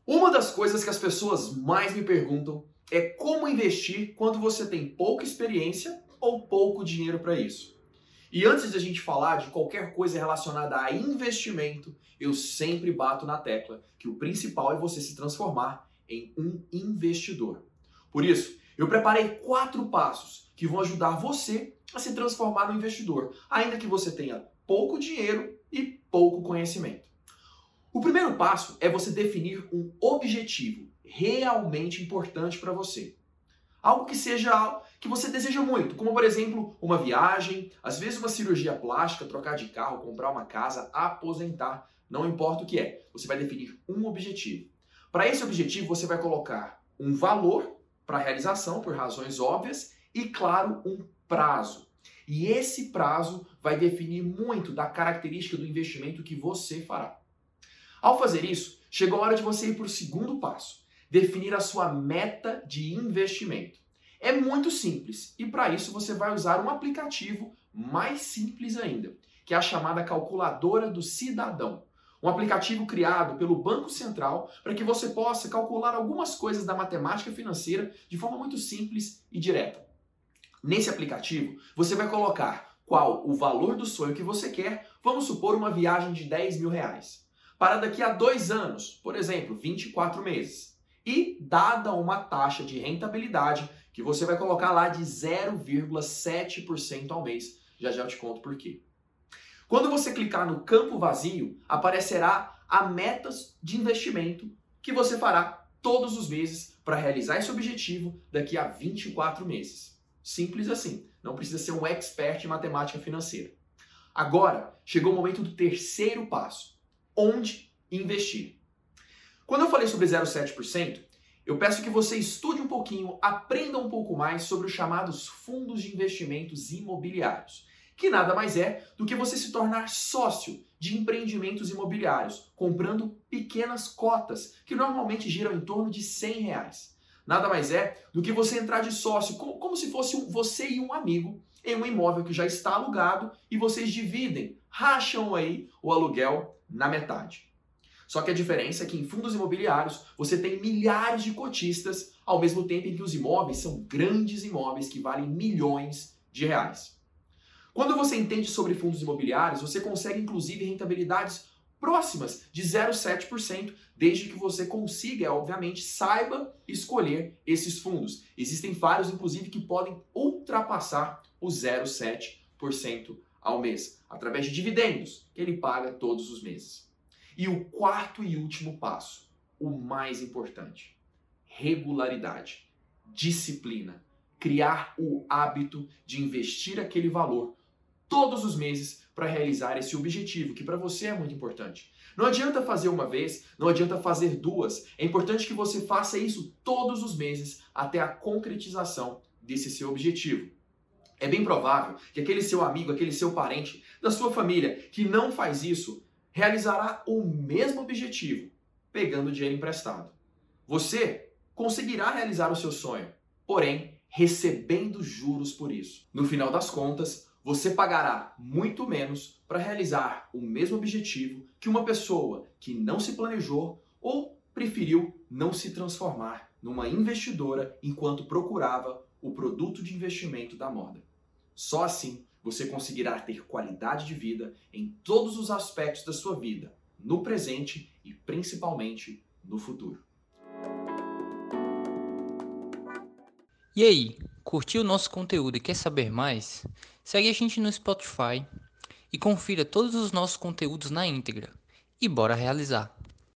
Uma das coisas que as pessoas mais me perguntam é como investir quando você tem pouca experiência ou pouco dinheiro para isso. E antes de a gente falar de qualquer coisa relacionada a investimento, eu sempre bato na tecla que o principal é você se transformar em um investidor. Por isso, eu preparei 4 passos que vão ajudar você a se transformar no investidor, ainda que você tenha pouco dinheiro e pouco conhecimento. O primeiro passo é você definir um objetivo realmente importante para você. Algo que seja que você deseja muito, como por exemplo, uma viagem, às vezes uma cirurgia plástica, trocar de carro, comprar uma casa, aposentar, não importa o que é. Você vai definir um objetivo. Para esse objetivo, você vai colocar um valor para a realização, por razões óbvias, e claro, um prazo. E esse prazo vai definir muito da característica do investimento que você fará. Ao fazer isso, chegou a hora de você ir para o segundo passo, definir a sua meta de investimento. É muito simples e para isso você vai usar um aplicativo mais simples ainda, que é a chamada Calculadora do Cidadão. Um aplicativo criado pelo Banco Central para que você possa calcular algumas coisas da matemática financeira de forma muito simples e direta. Nesse aplicativo, você vai colocar qual o valor do sonho que você quer, vamos supor uma viagem de 10 mil reais, para daqui a 2 anos, por exemplo, 24 meses. E dada uma taxa de rentabilidade que você vai colocar lá de 0,7% ao mês. Já já eu te conto por quê. Quando você clicar no campo vazio, aparecerá a metas de investimento que você fará todos os meses para realizar esse objetivo daqui a 24 meses. Simples assim, não precisa ser um expert em matemática financeira. Agora, chegou o momento do terceiro passo. Onde investir? Quando eu falei sobre 0,7%, eu peço que você estude um pouquinho, aprenda um pouco mais sobre os chamados fundos de investimentos imobiliários, que nada mais é do que você se tornar sócio de empreendimentos imobiliários, comprando pequenas cotas, que normalmente giram em torno de R$ 100. Nada mais é do que você entrar de sócio, como se fosse você e um amigo, em um imóvel que já está alugado e vocês dividem, racham aí o aluguel na metade. Só que a diferença é que em fundos imobiliários você tem milhares de cotistas, ao mesmo tempo em que os imóveis são grandes imóveis que valem milhões de reais. Quando você entende sobre fundos imobiliários, você consegue inclusive rentabilidades próximas de 0,7%, desde que você consiga, obviamente, saiba escolher esses fundos. Existem vários, inclusive, que podem ultrapassar o 0,7% ao mês, através de dividendos, que ele paga todos os meses. E o quarto e último passo, o mais importante: regularidade, disciplina, criar o hábito de investir aquele valor todos os meses para realizar esse objetivo, que para você é muito importante. Não adianta fazer uma vez, não adianta fazer duas, é importante que você faça isso todos os meses até a concretização desse seu objetivo. É bem provável que aquele seu amigo, aquele seu parente da sua família que não faz isso, realizará o mesmo objetivo, pegando dinheiro emprestado. Você conseguirá realizar o seu sonho, porém, recebendo juros por isso. No final das contas, você pagará muito menos para realizar o mesmo objetivo que uma pessoa que não se planejou ou preferiu não se transformar numa investidora enquanto procurava o produto de investimento da moda. Só assim você conseguirá ter qualidade de vida em todos os aspectos da sua vida, no presente e principalmente no futuro. E aí, curtiu o nosso conteúdo e quer saber mais? Segue a gente no Spotify e confira todos os nossos conteúdos na íntegra. E bora realizar!